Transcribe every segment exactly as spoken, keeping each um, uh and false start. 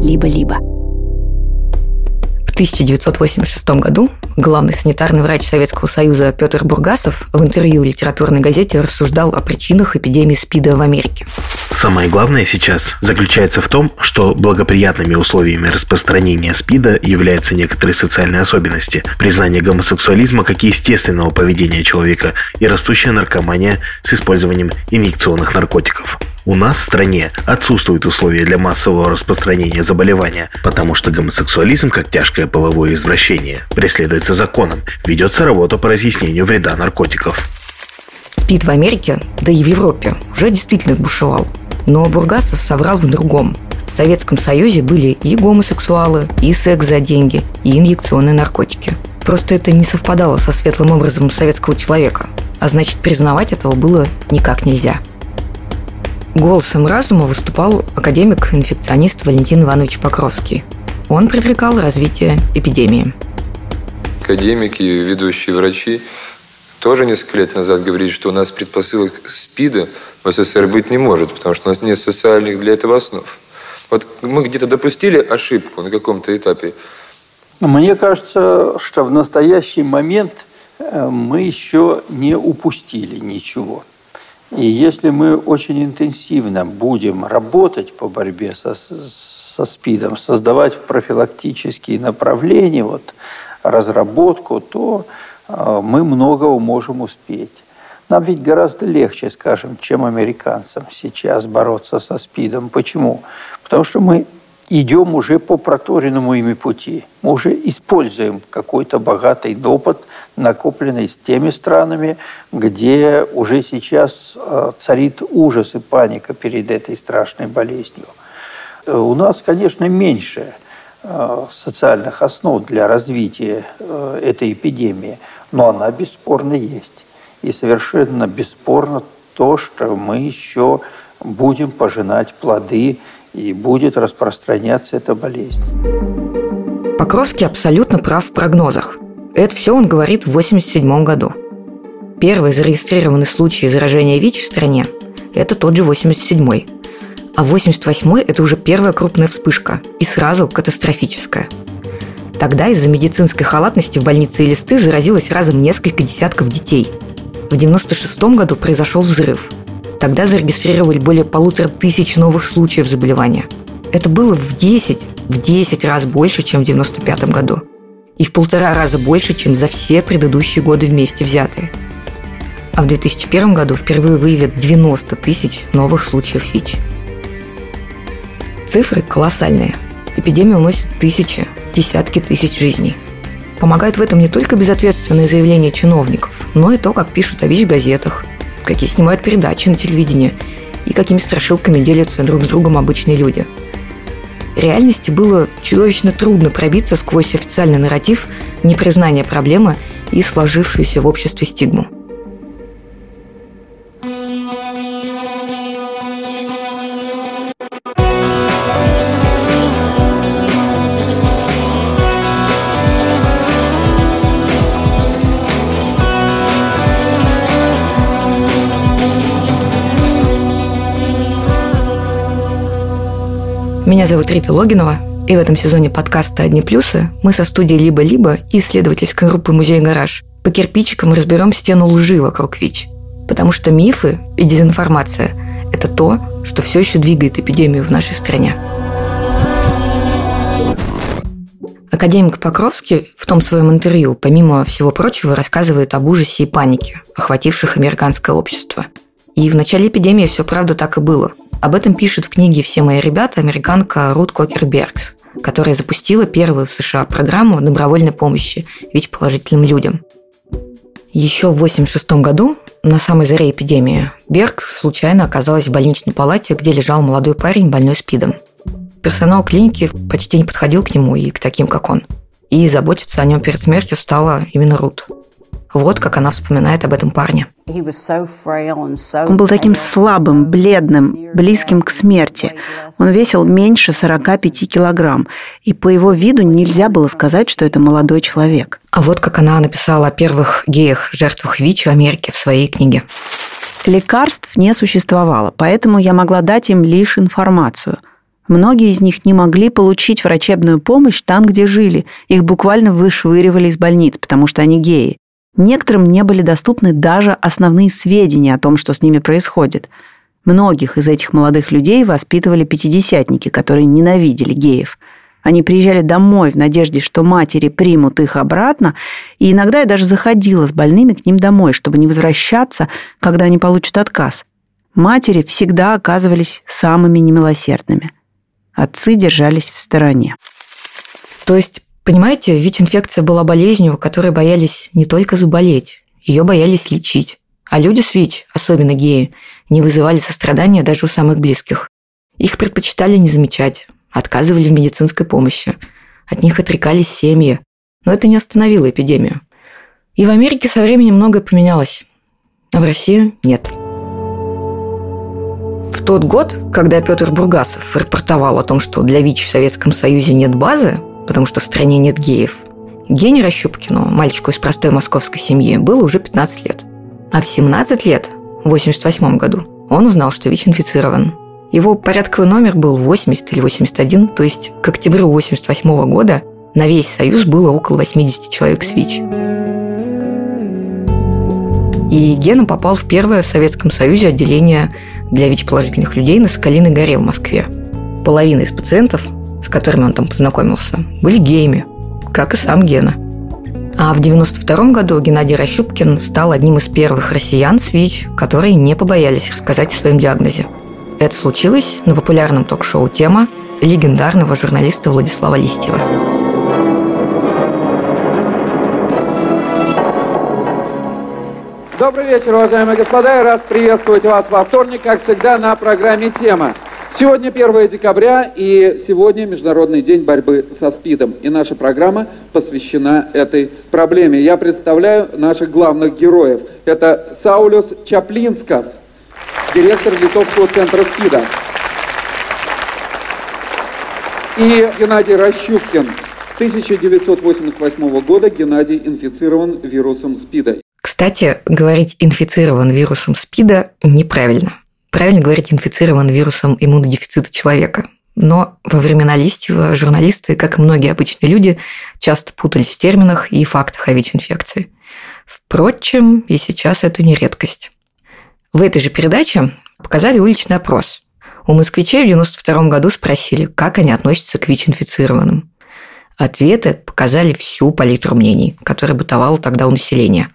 «Либо-либо». В тысяча девятьсот восемьдесят шестом году главный санитарный врач Советского Союза Петр Бургасов в интервью литературной газете рассуждал о причинах эпидемии СПИДа в Америке. Самое главное сейчас заключается в том, что благоприятными условиями распространения СПИДа являются некоторые социальные особенности, признание гомосексуализма как естественного поведения человека и растущая наркомания с использованием инъекционных наркотиков. У нас в стране отсутствуют условия для массового распространения заболевания, потому что гомосексуализм, как тяжкое половое извращение, преследуется законом, ведется работа по разъяснению вреда наркотиков. СПИД в Америке, да и в Европе, уже действительно бушевал. Но Бургасов соврал в другом. В Советском Союзе были и гомосексуалы, и секс за деньги, и инъекционные наркотики. Просто это не совпадало со светлым образом советского человека, а значит, признавать этого было никак нельзя. Голосом разума выступал академик-инфекционист Валентин Иванович Покровский. Он предрекал развитие эпидемии. Академики, ведущие врачи тоже несколько лет назад говорили, что у нас предпосылок СПИДа в СССР быть не может, потому что у нас нет социальных для этого основ. Вот мы где-то допустили ошибку на каком-то этапе. Мне кажется, что в настоящий момент мы еще не упустили ничего. И если мы очень интенсивно будем работать по борьбе со, со СПИДом, создавать профилактические направления, вот, разработку, то э, мы многого можем успеть. Нам ведь гораздо легче, скажем, чем американцам сейчас бороться со СПИДом. Почему? Потому что мы идем уже по проторенному ими пути. Мы уже используем какой-то богатый опыт, накопленный с теми странами, где уже сейчас э, царит ужас и паника перед этой страшной болезнью. У нас, конечно, меньше э, социальных основ для развития э, этой эпидемии, но она бесспорно есть. И совершенно бесспорно то, что мы еще будем пожинать плоды и будет распространяться эта болезнь. Покровский абсолютно прав в прогнозах. Это все он говорит в восемьдесят седьмом году. Первый зарегистрированный случай заражения ВИЧ в стране – это тот же восемьдесят седьмой. А восемьдесят восьмой – это уже первая крупная вспышка, и сразу катастрофическая. Тогда из-за медицинской халатности в больнице Элисты заразилось разом несколько десятков детей. В девяносто шестом году произошел взрыв. Тогда зарегистрировали более полутора тысяч новых случаев заболевания. Это было в десять, в десять раз больше, чем в девяносто пятом году. И в полтора раза больше, чем за все предыдущие годы вместе взятые. А в две тысячи первом году впервые выявят девяносто тысяч новых случаев ВИЧ. Цифры колоссальные. Эпидемия уносит тысячи, десятки тысяч жизней. Помогают в этом не только безответственные заявления чиновников, но и то, как пишут о ВИЧ в газетах, какие снимают передачи на телевидении и какими страшилками делятся друг с другом обычные люди. В реальности было чудовищно трудно пробиться сквозь официальный нарратив непризнания проблемы и сложившуюся в обществе стигму. Меня зовут Рита Логинова, и в этом сезоне подкаста «Одни плюсы» мы со студией «Либо-либо» и исследовательской группы «Музей Гараж» по кирпичикам разберем стену лжи вокруг ВИЧ. Потому что мифы и дезинформация – это то, что все еще двигает эпидемию в нашей стране. Академик Покровский в том своем интервью, помимо всего прочего, рассказывает об ужасе и панике, охвативших американское общество. И в начале эпидемии все правда так и было. Об этом пишет в книге «Все мои ребята» американка Рут Кокер-Бергс, которая запустила первую в США программу добровольной помощи ВИЧ-положительным людям. Еще в восемьдесят шестом году, на самой заре эпидемии, Бергс случайно оказалась в больничной палате, где лежал молодой парень, больной СПИДом. Персонал клиники почти не подходил к нему и к таким, как он. И заботиться о нем перед смертью стала именно Рут. Вот как она вспоминает об этом парне. Он был таким слабым, бледным, близким к смерти. Он весил меньше сорока пяти килограмм, и по его виду нельзя было сказать, что это молодой человек. А вот как она написала о первых геях, жертвах ВИЧ в Америке в своей книге. Лекарств не существовало, поэтому я могла дать им лишь информацию. Многие из них не могли получить врачебную помощь там, где жили. Их буквально вышвыривали из больниц, потому что они геи. Некоторым не были доступны даже основные сведения о том, что с ними происходит. Многих из этих молодых людей воспитывали пятидесятники, которые ненавидели геев. Они приезжали домой в надежде, что матери примут их обратно, и иногда я даже заходила с больными к ним домой, чтобы не возвращаться, когда они получат отказ. Матери всегда оказывались самыми немилосердными. Отцы держались в стороне. То есть, понимаете, ВИЧ-инфекция была болезнью, которой боялись не только заболеть, ее боялись лечить. А люди с ВИЧ, особенно геи, не вызывали сострадания даже у самых близких. Их предпочитали не замечать, отказывали в медицинской помощи. От них отрекались семьи. Но это не остановило эпидемию. И в Америке со временем многое поменялось. А в России нет. В тот год, когда Петр Бургасов рапортовал о том, что для ВИЧ в Советском Союзе нет базы, потому что в стране нет геев, Гене Рощупкину, мальчику из простой московской семьи, было уже пятнадцать лет. А в семнадцать лет, в восемьдесят восьмом году, он узнал, что ВИЧ инфицирован. Его порядковый номер был восемьдесят или восемьдесят один, то есть к октябрю восемьдесят восьмого года на весь Союз было около восемьдесят человек с ВИЧ. И Гена попал в первое в Советском Союзе отделение для ВИЧ-положительных людей на Соколиной горе в Москве. Половина из пациентов, с которыми он там познакомился, были геями, как и сам Гена. А в девяносто втором году Геннадий Рощупкин стал одним из первых россиян с ВИЧ, которые не побоялись рассказать о своем диагнозе. Это случилось на популярном ток-шоу «Тема» легендарного журналиста Владислава Листьева. Добрый вечер, уважаемые господа. Я рад приветствовать вас во вторник, как всегда, на программе «Тема». Сегодня первое декабря, и сегодня Международный день борьбы со СПИДом. И наша программа посвящена этой проблеме. Я представляю наших главных героев. Это Саулиус Чаплинскас, директор Литовского центра СПИДа. И Геннадий Рощупкин. тысяча девятьсот восемьдесят восьмого года Геннадий инфицирован вирусом СПИДа. Кстати, говорить «инфицирован вирусом СПИДа» неправильно. Правильно говорить «инфицирован вирусом иммунодефицита человека». Но во времена Листьева журналисты, как и многие обычные люди, часто путались в терминах и фактах о ВИЧ-инфекции. Впрочем, и сейчас это не редкость. В этой же передаче показали уличный опрос. У москвичей в девяносто втором году спросили, как они относятся к ВИЧ-инфицированным. Ответы показали всю палитру мнений, которая бытовала тогда у населения.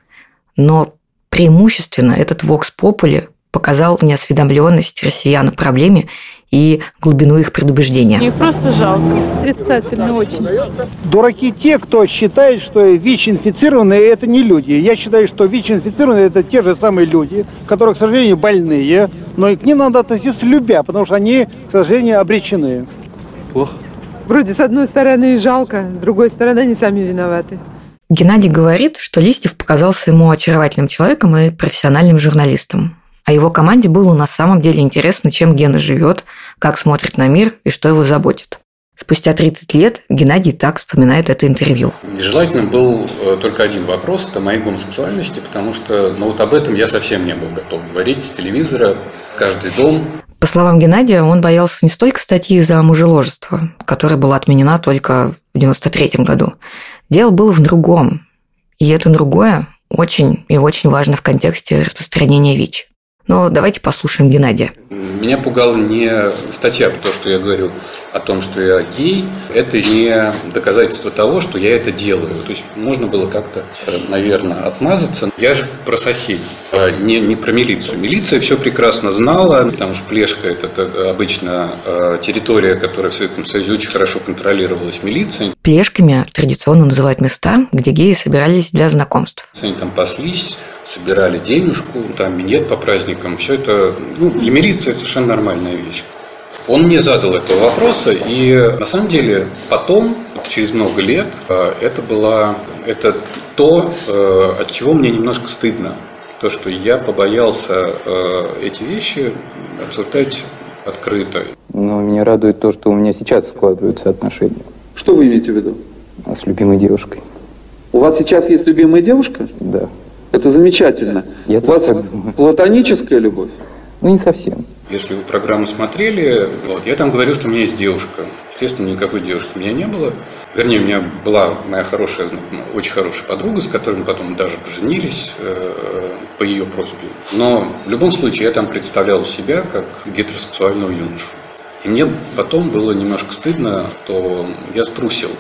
Но преимущественно этот вокс попули показал неосведомленность россиян о проблеме и глубину их предубеждения. Их просто жалко. Отрицательно очень. Дураки те, кто считает, что ВИЧ-инфицированные – это не люди. Я считаю, что ВИЧ-инфицированные – это те же самые люди, которые, к сожалению, больные, но и к ним надо относиться любя, потому что они, к сожалению, обречены. Плохо. Вроде с одной стороны жалко, с другой стороны они сами виноваты. Геннадий говорит, что Листьев показался ему очаровательным человеком и профессиональным журналистом. А его команде было на самом деле интересно, чем Гена живет, как смотрит на мир и что его заботит. Спустя тридцать лет Геннадий так вспоминает это интервью. Нежелательным был только один вопрос – это моей гомосексуальности, потому что ну, вот об этом я совсем не был готов говорить с телевизора, каждый дом. По словам Геннадия, он боялся не столько статьи за мужеложество, которая была отменена только в девяносто третьем году. Дело было в другом. И это другое очень и очень важно в контексте распространения ВИЧ. Но давайте послушаем Геннадия. Меня пугала не статья, то, что я говорю о том, что я гей. Это не доказательство того, что я это делаю. То есть можно было как-то, наверное, отмазаться. Я же про соседей, не, не про милицию. Милиция все прекрасно знала, потому что Плешка – это обычно территория, которая в Советском Союзе очень хорошо контролировалась милицией. Плешками традиционно называют места, где геи собирались для знакомств. Они там паслись, собирали денежку, там минет по праздникам. Все это, ну, для милиции это совершенно нормальная вещь. Он мне задал этого вопроса, и на самом деле потом, через много лет, это было, это то, от чего мне немножко стыдно. То, что я побоялся эти вещи обсуждать открыто. Но меня радует то, что у меня сейчас складываются отношения. Что вы имеете в виду? А с любимой девушкой. У вас сейчас есть любимая девушка? Да. Это замечательно. Я у вас так думаю. Платоническая любовь? Ну, не совсем. Если вы программу смотрели, вот, я там говорю, что у меня есть девушка. Естественно, никакой девушки у меня не было. Вернее, у меня была моя хорошая, очень хорошая подруга, с которой мы потом даже поженились э, по ее просьбе. Но в любом случае я там представлял себя как гетеросексуального юношу. И мне потом было немножко стыдно, что я струсил.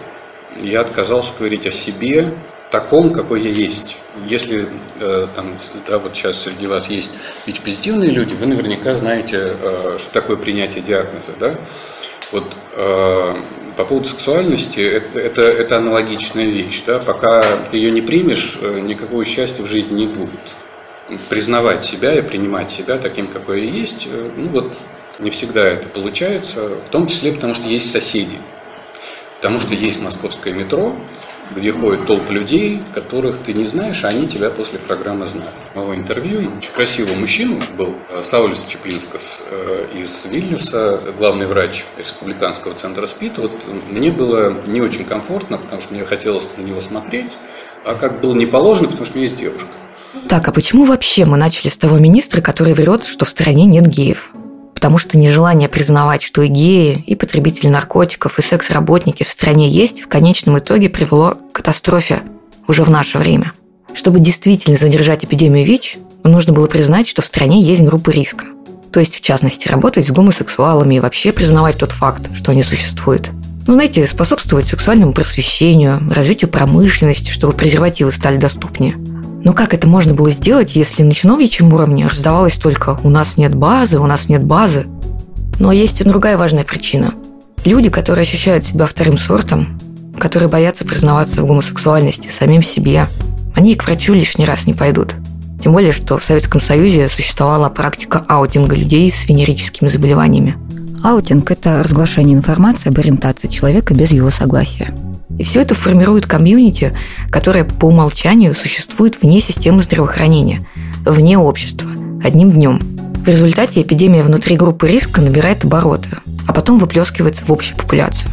Я отказался говорить о себе таком, какой я есть. Если э, там, да, вот сейчас среди вас есть ВИЧ-позитивные люди, вы наверняка знаете, э, что такое принятие диагноза. Да? Вот, э, по поводу сексуальности, это, это, это аналогичная вещь. Да? Пока ты ее не примешь, э, никакого счастья в жизни не будет. Признавать себя и принимать себя таким, какой я есть, э, ну вот не всегда это получается, в том числе потому, что есть соседи. Потому что есть московское метро, где ходят толпы людей, которых ты не знаешь, а они тебя после программы знают. Моего интервью очень красивый мужчина был, Саулис Чеплинскас из Вильнюса, главный врач республиканского центра СПИД. Вот мне было не очень комфортно, потому что мне хотелось на него смотреть, а как было не положено, потому что у меня есть девушка. Так, а почему вообще мы начали с того министра, который врет, что в стране нет геев? Потому что нежелание признавать, что и геи, и потребители наркотиков, и секс-работники в стране есть, в конечном итоге привело к катастрофе уже в наше время. Чтобы действительно задержать эпидемию ВИЧ, нужно было признать, что в стране есть группы риска. То есть, в частности, работать с гомосексуалами и вообще признавать тот факт, что они существуют. Ну, знаете, способствовать сексуальному просвещению, развитию промышленности, чтобы презервативы стали доступнее. Но как это можно было сделать, если на чиновничьем уровне раздавалось только «у нас нет базы, у нас нет базы»? Но есть и другая важная причина. Люди, которые ощущают себя вторым сортом, которые боятся признаваться в гомосексуальности самим себе, они и к врачу лишний раз не пойдут. Тем более, что в Советском Союзе существовала практика аутинга людей с венерическими заболеваниями. Аутинг – это разглашение информации об ориентации человека без его согласия. И все это формирует комьюнити, которое по умолчанию существует вне системы здравоохранения, вне общества, одним днем. В результате эпидемия внутри группы риска набирает обороты, а потом выплескивается в общую популяцию.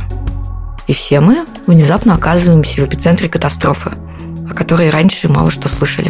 И все мы внезапно оказываемся в эпицентре катастрофы, о которой раньше мало что слышали.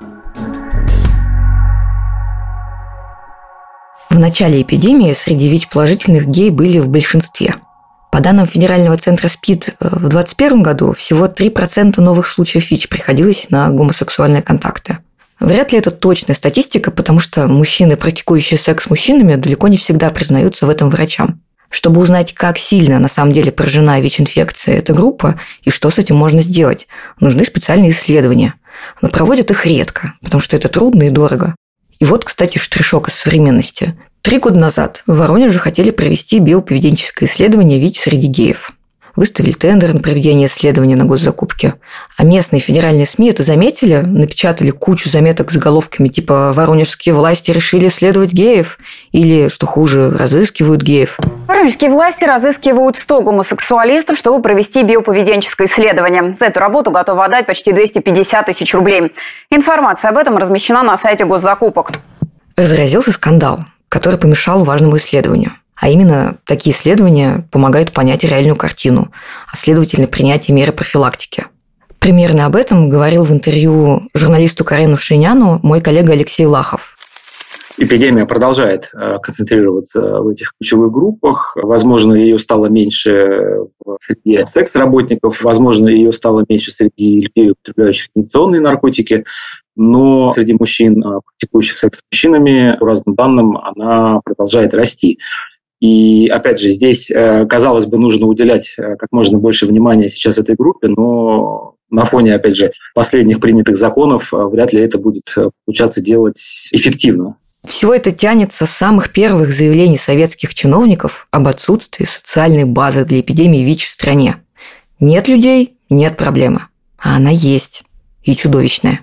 В начале эпидемии среди ВИЧ-положительных геи были в большинстве. По данным Федерального центра СПИД, в двадцать первом году всего три процента новых случаев ВИЧ приходилось на гомосексуальные контакты. Вряд ли это точная статистика, потому что мужчины, практикующие секс с мужчинами, далеко не всегда признаются в этом врачам. Чтобы узнать, как сильно на самом деле поражена ВИЧ-инфекцией эта группа и что с этим можно сделать, нужны специальные исследования. Но проводят их редко, потому что это трудно и дорого. И вот, кстати, штришок из современности. Три года назад в Воронеже хотели провести биоповеденческое исследование ВИЧ среди геев. Выставили тендер на проведение исследования на госзакупке. А местные федеральные СМИ это заметили, напечатали кучу заметок с заголовками типа «Воронежские власти решили исследовать геев» или, что хуже, «разыскивают геев». Воронежские власти разыскивают сто гомосексуалистов, чтобы провести биоповеденческое исследование. За эту работу готовы отдать почти двести пятьдесят тысяч рублей. Информация об этом размещена на сайте госзакупок. Разразился скандал, который помешал важному исследованию. А именно, такие исследования помогают понять реальную картину, а следовательно, принятие меры профилактики. Примерно об этом говорил в интервью журналисту Карену Шиняну мой коллега Алексей Лахов. Эпидемия продолжает концентрироваться в этих ключевых группах. Возможно, ее стало меньше среди секс-работников, возможно, ее стало меньше среди людей, употребляющих инъекционные наркотики. Но среди мужчин, практикующих секс с мужчинами, по разным данным, она продолжает расти. И, опять же, здесь, казалось бы, нужно уделять как можно больше внимания сейчас этой группе, но на фоне, опять же, последних принятых законов вряд ли это будет получаться делать эффективно. Всего это тянется с самых первых заявлений советских чиновников об отсутствии социальной базы для эпидемии ВИЧ в стране. Нет людей – нет проблемы. А она есть. И чудовищная.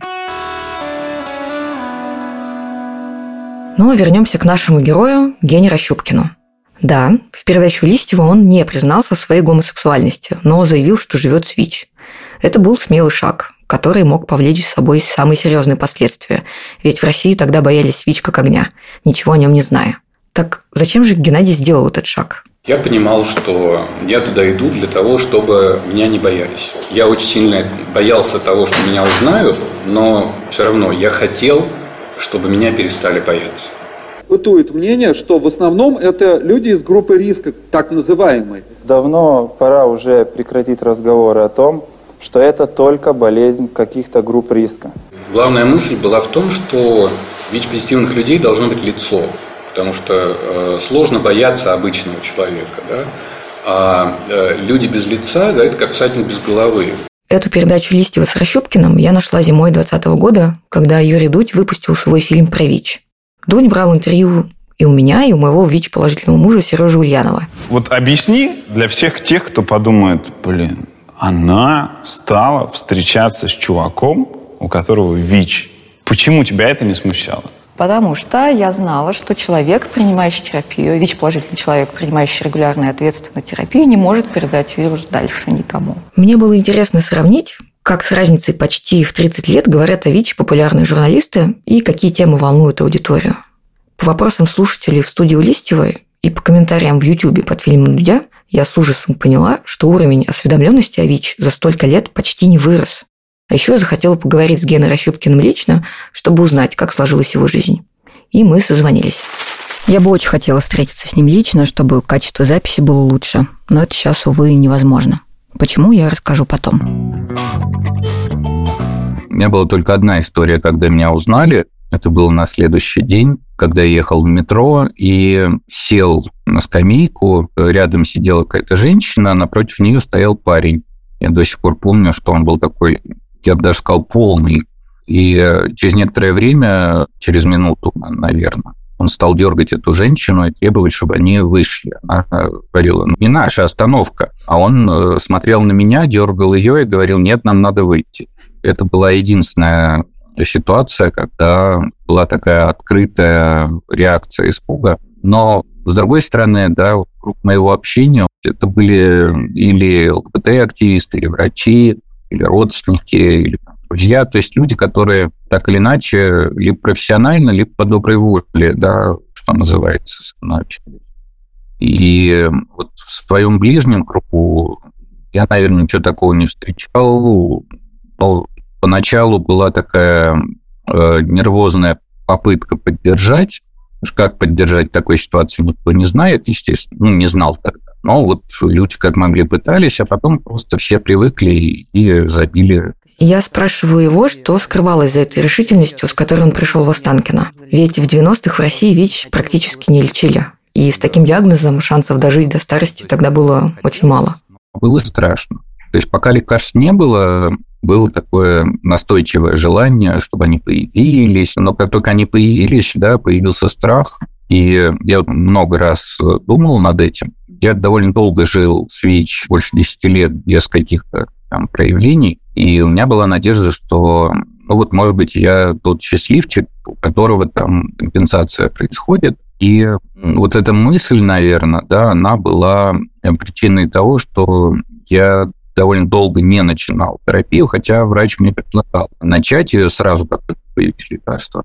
Но вернемся к нашему герою Гене Рощупкину. Да, в передачу Листьева он не признался в своей гомосексуальности, но заявил, что живет с ВИЧ. Это был смелый шаг, который мог повлечь с собой самые серьезные последствия, ведь в России тогда боялись ВИЧ как огня, ничего о нем не зная. Так зачем же Геннадий сделал этот шаг? Я понимал, что я туда иду для того, чтобы меня не боялись. Я очень сильно боялся того, что меня узнают, но все равно я хотел, чтобы меня перестали бояться. бытует мнение, что в основном это люди из группы риска, так называемой. Давно пора уже прекратить разговоры о том, что это только болезнь каких-то групп риска. Главная мысль была в том, что ВИЧ-позитивных людей должно быть лицо, потому что э, сложно бояться обычного человека, да? А э, люди без лица, да, это как всадник без головы. Эту передачу Листьева с Рощупкиным я нашла зимой двадцатого года, когда Юрий Дудь выпустил свой фильм про ВИЧ. Дудь брал интервью и у меня, и у моего ВИЧ-положительного мужа Сережи Ульянова. Вот объясни для всех тех, кто подумает, блин, она стала встречаться с чуваком, у которого ВИЧ. Почему тебя это не смущало? Потому что я знала, что человек, принимающий терапию, ВИЧ-положительный человек, принимающий регулярно и ответственно терапию, не может передать вирус дальше никому. Мне было интересно сравнить, как с разницей почти в тридцать лет говорят о ВИЧ популярные журналисты и какие темы волнуют аудиторию. По вопросам слушателей в студии у Листьевой и по комментариям в Ютубе под фильмом Дудя я с ужасом поняла, что уровень осведомленности о ВИЧ за столько лет почти не вырос. А еще я захотела поговорить с Геной Рощупкиным лично, чтобы узнать, как сложилась его жизнь. И мы созвонились. Я бы очень хотела встретиться с ним лично, чтобы качество записи было лучше. Но это сейчас, увы, невозможно. Почему, я расскажу потом. У меня была только одна история, когда меня узнали. Это было на следующий день, когда я ехал в метро и сел на скамейку. Рядом сидела какая-то женщина, а напротив нее стоял парень. Я до сих пор помню, что он был такой, я бы даже сказал, полный. И через некоторое время, через минуту, наверное, он стал дергать эту женщину и требовать, чтобы они вышли. Она говорила, ну, не наша остановка. А он смотрел на меня, дергал ее и говорил, нет, нам надо выйти. Это была единственная ситуация, когда была такая открытая реакция испуга. Но, с другой стороны, да, вокруг моего общения это были или ЛГБТ-активисты, или врачи, или родственники, или друзья, то есть люди, которые так или иначе либо профессионально, либо по доброй воле, да, что называется, со мной общались. И вот в своем ближнем кругу я, наверное, ничего такого не встречал, но поначалу была такая э, нервозная попытка поддержать. Как поддержать в такой ситуации, никто не знает, естественно. Ну, не знал тогда. Но вот люди как могли пытались, а потом просто все привыкли и забили. Я спрашиваю его, что скрывалось за этой решительностью, с которой он пришел в Останкино. Ведь в девяностых в России ВИЧ практически не лечили. И с таким диагнозом шансов дожить до старости тогда было очень мало. Было страшно. То есть пока лекарств не было, было такое настойчивое желание, чтобы они появились. Но как только они появились, да, появился страх. И я много раз думал над этим. Я довольно долго жил с ВИЧ, больше десяти лет, без каких-то там проявлений. И у меня была надежда, что, ну вот, может быть, я тот счастливчик, у которого там компенсация происходит. И вот эта мысль, наверное, да, она была причиной того, что я довольно долго не начинал терапию, хотя врач мне предлагал начать ее сразу, как только появились лекарства.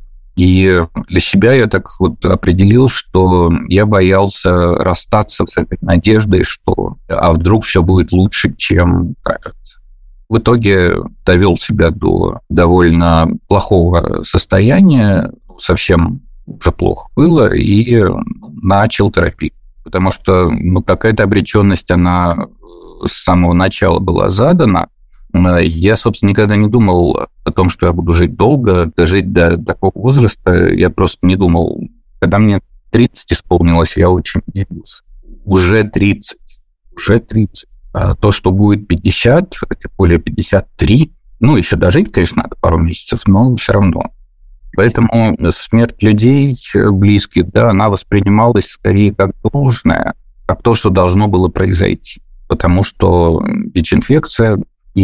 И для себя я так вот определил, что я боялся расстаться с этой надеждой, что а вдруг все будет лучше, чем кажется. В итоге довел себя до довольно плохого состояния, совсем уже плохо было, и начал терапию. Потому что ну, какая-то обреченность, она с самого начала была задана. Я, собственно, никогда не думал о том, что я буду жить долго, дожить до такого возраста. Я просто не думал. Когда мне тридцать исполнилось, я очень удивился. Уже тридцать. Уже тридцать. А то, что будет пятьдесят, тем более пятьдесят три, ну, еще дожить, конечно, надо пару месяцев, но все равно. Поэтому смерть людей близких, да, она воспринималась скорее как должное, как то, что должно было произойти. Потому что ВИЧ-инфекция,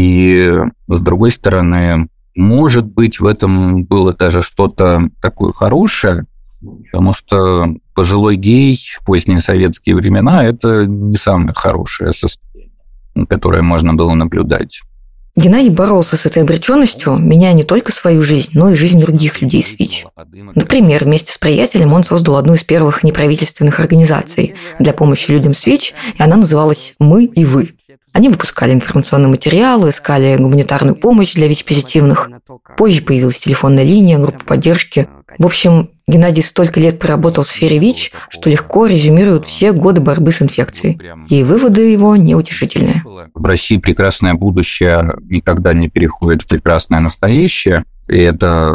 и, с другой стороны, может быть, в этом было даже что-то такое хорошее, потому что пожилой гей в поздние советские времена – это не самое хорошее состояние, которое можно было наблюдать. Геннадий боролся с этой обреченностью, меняя не только свою жизнь, но и жизнь других людей с ВИЧ. Например, вместе с приятелем он создал одну из первых неправительственных организаций для помощи людям с ВИЧ, и она называлась «Мы и вы». Они выпускали информационные материалы, искали гуманитарную помощь для ВИЧ-позитивных. Позже появилась телефонная линия, группа поддержки. В общем, Геннадий столько лет проработал в сфере ВИЧ, что легко резюмирует все годы борьбы с инфекцией. И выводы его неутешительные. В России прекрасное будущее никогда не переходит в прекрасное настоящее. И это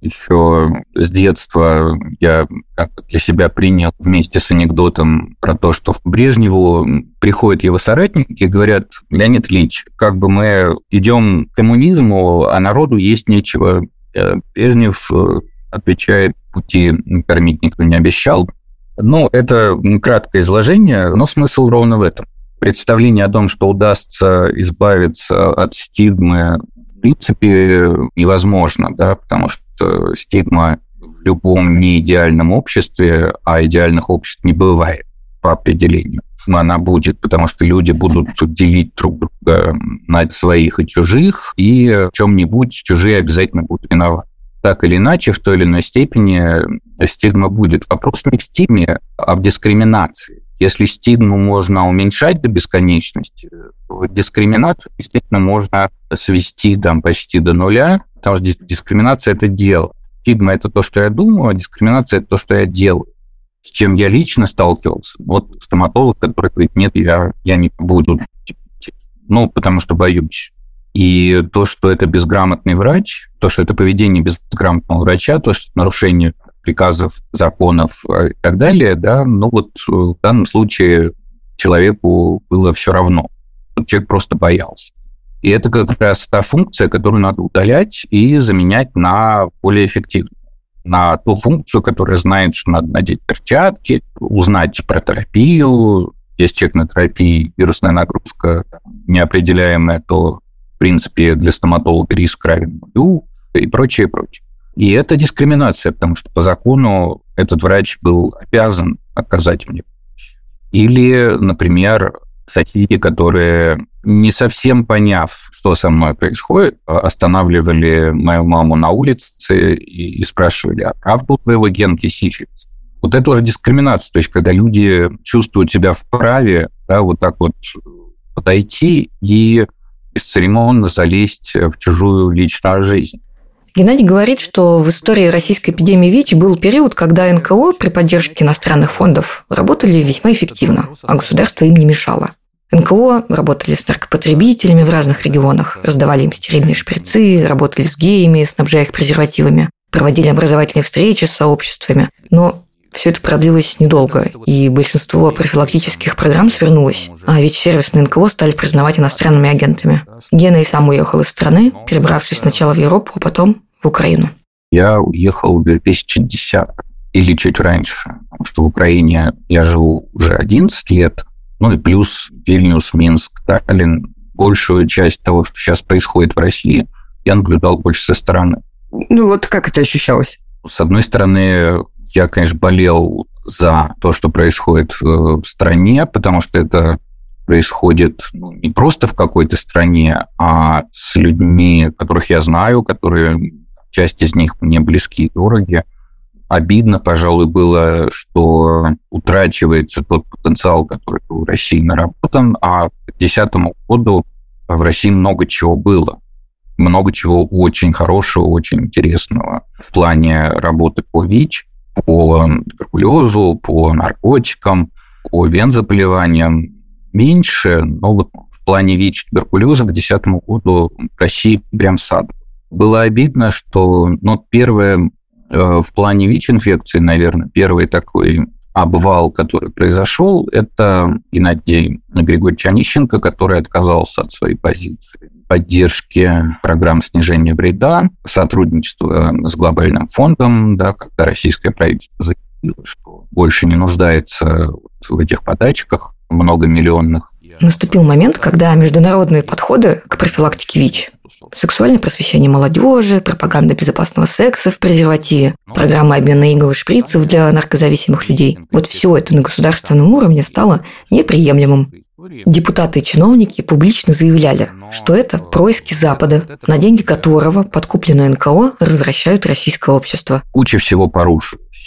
еще с детства я для себя принял вместе с анекдотом про то, что к Брежневу приходят его соратники и говорят: Леонид Ильич, как бы мы идем к коммунизму, а народу есть нечего. Брежнев отвечает: пути кормить никто не обещал. Ну, это краткое изложение, но смысл ровно в этом. Представление о том, что удастся избавиться от стигмы, в принципе, невозможно, да, потому что стигма в любом неидеальном обществе, а идеальных обществ не бывает по определению. Она будет, потому что люди будут делить друг друга на своих и чужих, и в чем-нибудь чужие обязательно будут виноваты. Так или иначе, в той или иной степени стигма будет. Вопрос не в стигме, а в дискриминации. Если стигму можно уменьшать до бесконечности, то дискриминацию, естественно, можно свести там почти до нуля, потому что дискриминация – это дело. Стигма – это то, что я думаю, а дискриминация – это то, что я делаю. С чем я лично сталкивался. Вот стоматолог, который говорит: нет, я, я не буду, ну, потому что боюсь. И то, что это безграмотный врач, то, что это поведение безграмотного врача, то, что это нарушение приказов, законов и так далее, да, ну вот в данном случае человеку было все равно. Человек просто боялся. И это как раз та функция, которую надо удалять и заменять на более эффективную. На ту функцию, которая знает, что надо надеть перчатки, узнать про терапию. Если человек на терапии, вирусная нагрузка неопределяемая, то в принципе, для стоматолога риск равен нулю и прочее, прочее. И это дискриминация, потому что по закону этот врач был обязан оказать мне помощь. Или, например, соседи, которые, не совсем поняв, что со мной происходит, останавливали мою маму на улице и, и спрашивали: а правда у твоего Генки сифилис? Вот это уже дискриминация. То есть, когда люди чувствуют себя вправе, да, вот так вот подойти и бесцеремонно залезть в чужую личную жизнь. Геннадий говорит, что в истории российской эпидемии ВИЧ был период, когда эн ка о при поддержке иностранных фондов работали весьма эффективно, а государство им не мешало. эн ка о работали с наркопотребителями в разных регионах, раздавали им стерильные шприцы, работали с геями, снабжая их презервативами, проводили образовательные встречи с сообществами. Но все это продлилось недолго, и большинство профилактических программ свернулось, а ВИЧ-сервисные эн ка о стали признавать иностранными агентами. Гена и сам уехал из страны, перебравшись сначала в Европу, а потом в Украину. Я уехал в две тысячи десятом или чуть раньше, потому что в Украине я живу уже одиннадцать лет, ну и плюс Вильнюс, Минск, Таллин. Большую часть того, что сейчас происходит в России, я наблюдал больше со стороны. Ну вот как это ощущалось? С одной стороны, я, конечно, болел за то, что происходит в стране, потому что это происходит ну, не просто в какой-то стране, а с людьми, которых я знаю, которые, часть из них мне близки и дороги. Обидно, пожалуй, было, что утрачивается тот потенциал, который был в России наработан, а к две тысячи десятому году в России много чего было. Много чего очень хорошего, очень интересного в плане работы по ВИЧ, по туберкулезу, по наркотикам, по вензаболеваниям. Меньше, но вот в плане ВИЧ и туберкулеза к две тысячи десятому году в России прям сад. Было обидно, что ну, первое в плане ВИЧ-инфекции, наверное, первый такой обвал, который произошел, это Геннадий Григорьевич Онищенко, который отказался от своей позиции поддержки программ снижения вреда, сотрудничества с глобальным фондом, да, когда российское правительство заявило, что больше не нуждается в этих подачках многомиллионных. Наступил момент, когда международные подходы к профилактике ВИЧ, сексуальное просвещение молодежи, пропаганда безопасного секса в презервативе, программа обмена игл и шприцев для наркозависимых людей, вот все это на государственном уровне стало неприемлемым. Депутаты и чиновники публично заявляли, что это происки Запада, на деньги которого подкупленное эн ка о развращают российское общество. Куча всего порушилась.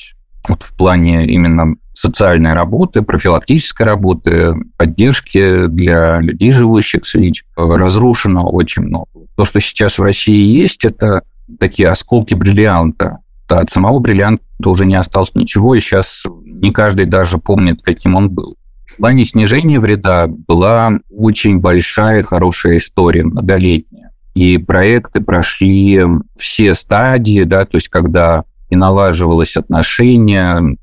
вот в плане именно социальной работы, профилактической работы, поддержки для людей, живущих с ВИЧ, разрушено очень много. То, что сейчас в России есть, это такие осколки бриллианта. Да, от самого бриллианта уже не осталось ничего, и сейчас не каждый даже помнит, каким он был. В плане снижения вреда была очень большая, хорошая история, многолетняя. И проекты прошли все стадии, да, то есть когда и налаживалось отношение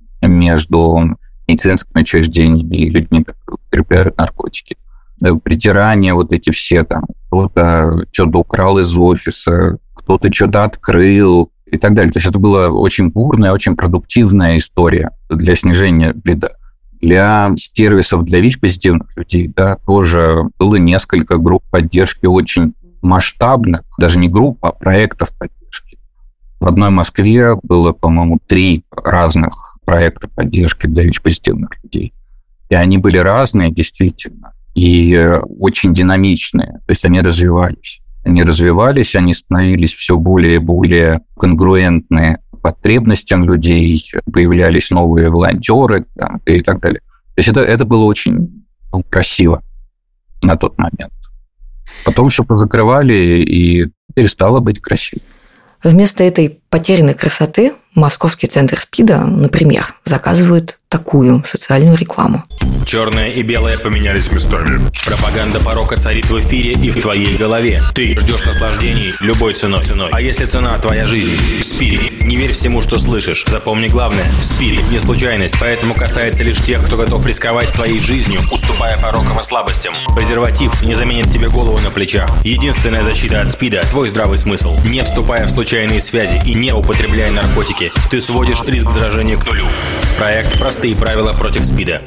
между медицинскими учреждениями и людьми, которые употребляют наркотики. Притирания вот эти все, там, кто-то что-то украл из офиса, кто-то что-то открыл и так далее. То есть это была очень бурная, очень продуктивная история для снижения вреда. Для сервисов для ВИЧ-позитивных людей, да, тоже было несколько групп поддержки очень масштабных, даже не групп, а проектов поддержки. В одной Москве было, по-моему, три разных проекта поддержки для ВИЧ-позитивных людей. И они были разные, действительно, и очень динамичные. То есть они развивались. Они развивались, они становились все более и более конгруентные потребностям людей, появлялись новые волонтеры там, и так далее. То есть это, это было очень ну, красиво на тот момент. Потом все позакрывали, и перестало быть красиво. Вместо этой потерянной красоты Московский центр СПИДа, например, заказывает такую социальную рекламу. Черное и белое поменялись местами. Пропаганда порока царит в эфире и в твоей голове. Ты ждешь наслаждений любой ценой. А если цена твоя жизнь? СПИД. Не верь всему, что слышишь. Запомни главное. СПИД не случайность, поэтому касается лишь тех, кто готов рисковать своей жизнью, уступая порокам и слабостям. Презерватив не заменит тебе голову на плечах. Единственная защита от СПИДа – твой здравый смысл. Не вступая в случайные связи и не употребляя наркотики, ты сводишь риск заражения к нулю. Проект «Простые правила против СПИДа».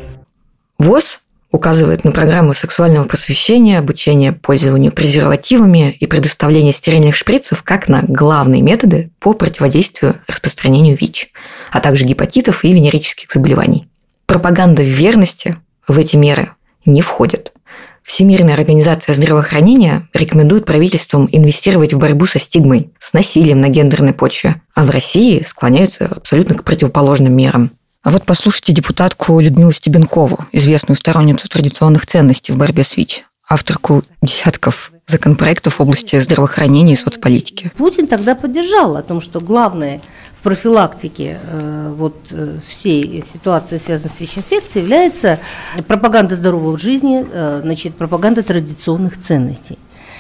ВОЗ указывает на программу сексуального просвещения, обучения пользованию презервативами и предоставления стерильных шприцев как на главные методы по противодействию распространению ВИЧ, а также гепатитов и венерических заболеваний. Пропаганда верности в эти меры не входит. Всемирная организация здравоохранения рекомендует правительствам инвестировать в борьбу со стигмой, с насилием на гендерной почве, а в России склоняются абсолютно к противоположным мерам. А вот послушайте депутатку Людмилу Стебенкову, известную сторонницу традиционных ценностей в борьбе с ВИЧ, авторку десятков законопроектов в области здравоохранения и соцполитики. Путин тогда поддержал о том, что главное в профилактике э, вот, э, всей ситуации, связанной с ВИЧ-инфекцией, является пропаганда здорового образа жизни, э, значит, пропаганда традиционных ценностей.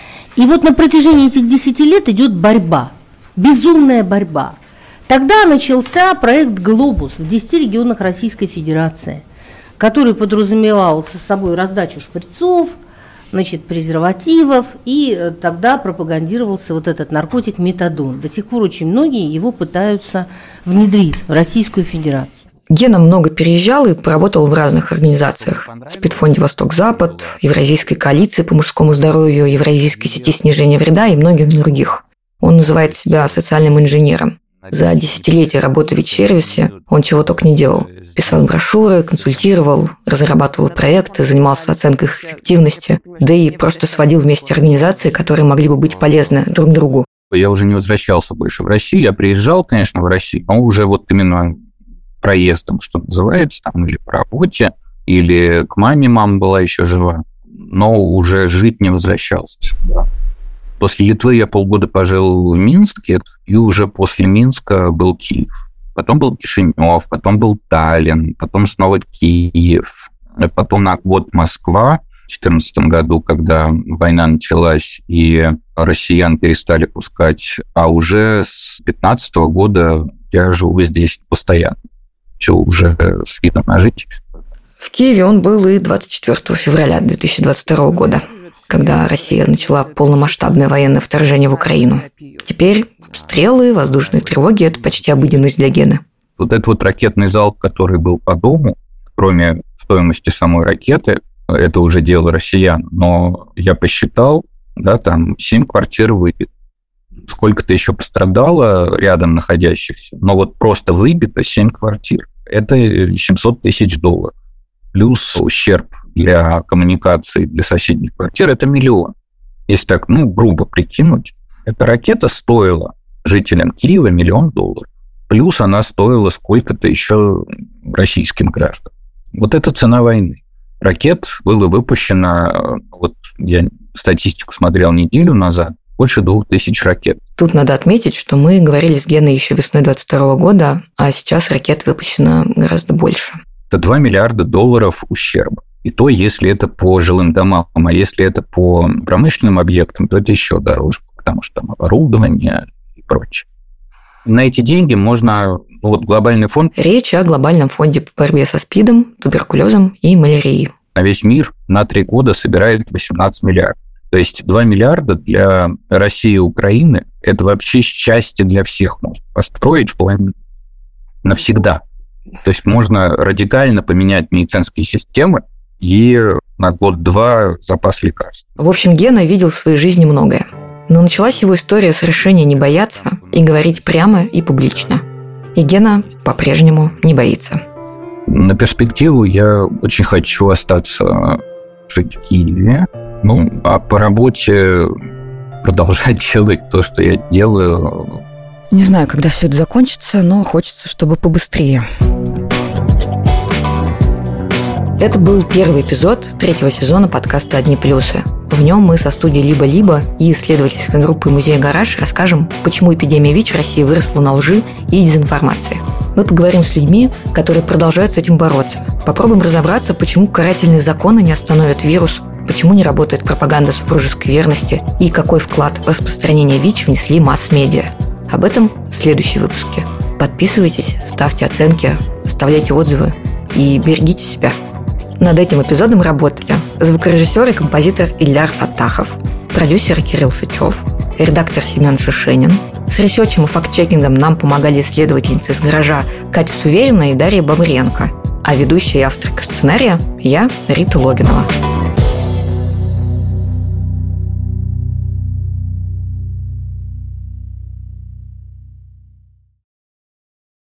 И вот на протяжении этих десяти лет идет борьба, безумная борьба. Тогда начался проект «Глобус» в десяти регионах Российской Федерации, который подразумевал с собой раздачу шприцов, значит, презервативов, и тогда пропагандировался вот этот наркотик метадон. До сих пор очень многие его пытаются внедрить в Российскую Федерацию. Гена много переезжал и поработал в разных организациях. Спидфонде «Восток-Запад», Евразийской коалиции по мужскому здоровью, Евразийской сети снижения вреда и многих других. Он называет себя социальным инженером. За десятилетия работы в ВИЧ-сервисе он чего только не делал. Писал брошюры, консультировал, разрабатывал проекты, занимался оценкой их эффективности, да и просто сводил вместе организации, которые могли бы быть полезны друг другу. Я уже не возвращался больше в Россию. Я приезжал, конечно, в Россию, но уже вот именно проездом, что называется, там, или по работе, или к маме, мама была еще жива, но уже жить не возвращался. После Литвы я полгода пожил в Минске, и уже после Минска был Киев. Потом был Кишинев, потом был Таллин, потом снова Киев, потом вот Москва в две тысячи четырнадцатом году, когда война началась, и россиян перестали пускать, а уже с две тысячи пятнадцатого года я живу здесь постоянно. Все уже с видом на жительство. В Киеве он был и двадцать четвёртого февраля две тысячи двадцать второго года, когда Россия начала полномасштабное военное вторжение в Украину. Теперь обстрелы, воздушные тревоги – это почти обыденность для Гены. Вот этот вот ракетный залп, который был по дому, кроме стоимости самой ракеты, это уже дело россиян. Но я посчитал, да, там семь квартир выбито. Сколько-то еще пострадало рядом находящихся, но вот просто выбито семь квартир. Это семьсот тысяч долларов. Плюс ущерб для коммуникации для соседних квартир – это миллион. Если так, ну, грубо прикинуть, эта ракета стоила жителям Киева миллион долларов. плюс она стоила сколько-то еще российским гражданам. Вот это цена войны. Ракет было выпущено, вот я статистику смотрел неделю назад, больше двух тысяч ракет. Тут надо отметить, что мы говорили с Геной еще весной двадцать второго года, а сейчас ракет выпущено гораздо больше. Это два миллиарда долларов ущерба. И то, если это по жилым домам, а если это по промышленным объектам, то это еще дороже, потому что там оборудование и прочее. На эти деньги можно... Ну, вот глобальный фонд... Речь о глобальном фонде по борьбе со СПИДом, туберкулезом и малярией. На весь мир на три года собирает восемнадцать миллиардов. То есть два миллиарда для России и Украины – это вообще счастье для всех можно построить в плане навсегда. То есть можно радикально поменять медицинские системы и на год-два запас лекарств. В общем, Гена видел в своей жизни многое. Но началась его история с решения не бояться и говорить прямо и публично. И Гена по-прежнему не боится. На перспективу я очень хочу остаться жить в Киеве. Ну, а по работе продолжать делать то, что я делаю. Не знаю, когда все это закончится, но хочется, чтобы побыстрее. Это был первый эпизод третьего сезона подкаста «Одни плюсы». В нем мы со студией «Либо-либо» и исследовательской группой «Музей Гараж» расскажем, почему эпидемия ВИЧ в России выросла на лжи и дезинформации. Мы поговорим с людьми, которые продолжают с этим бороться. Попробуем разобраться, почему карательные законы не остановят вирус, почему не работает пропаганда супружеской верности и какой вклад в распространение ВИЧ внесли масс-медиа. Об этом в следующем выпуске. Подписывайтесь, ставьте оценки, оставляйте отзывы и берегите себя. Над этим эпизодом работали звукорежиссер и композитор Ильдар Фаттахов, продюсер Кирилл Сычев, редактор Семен Шишенин. С ресерчем и факт-чекингом нам помогали исследовательницы из «Гаража» Катя Суверина и Дарья Бавренко, а ведущая и авторка сценария – я, Рита Логинова.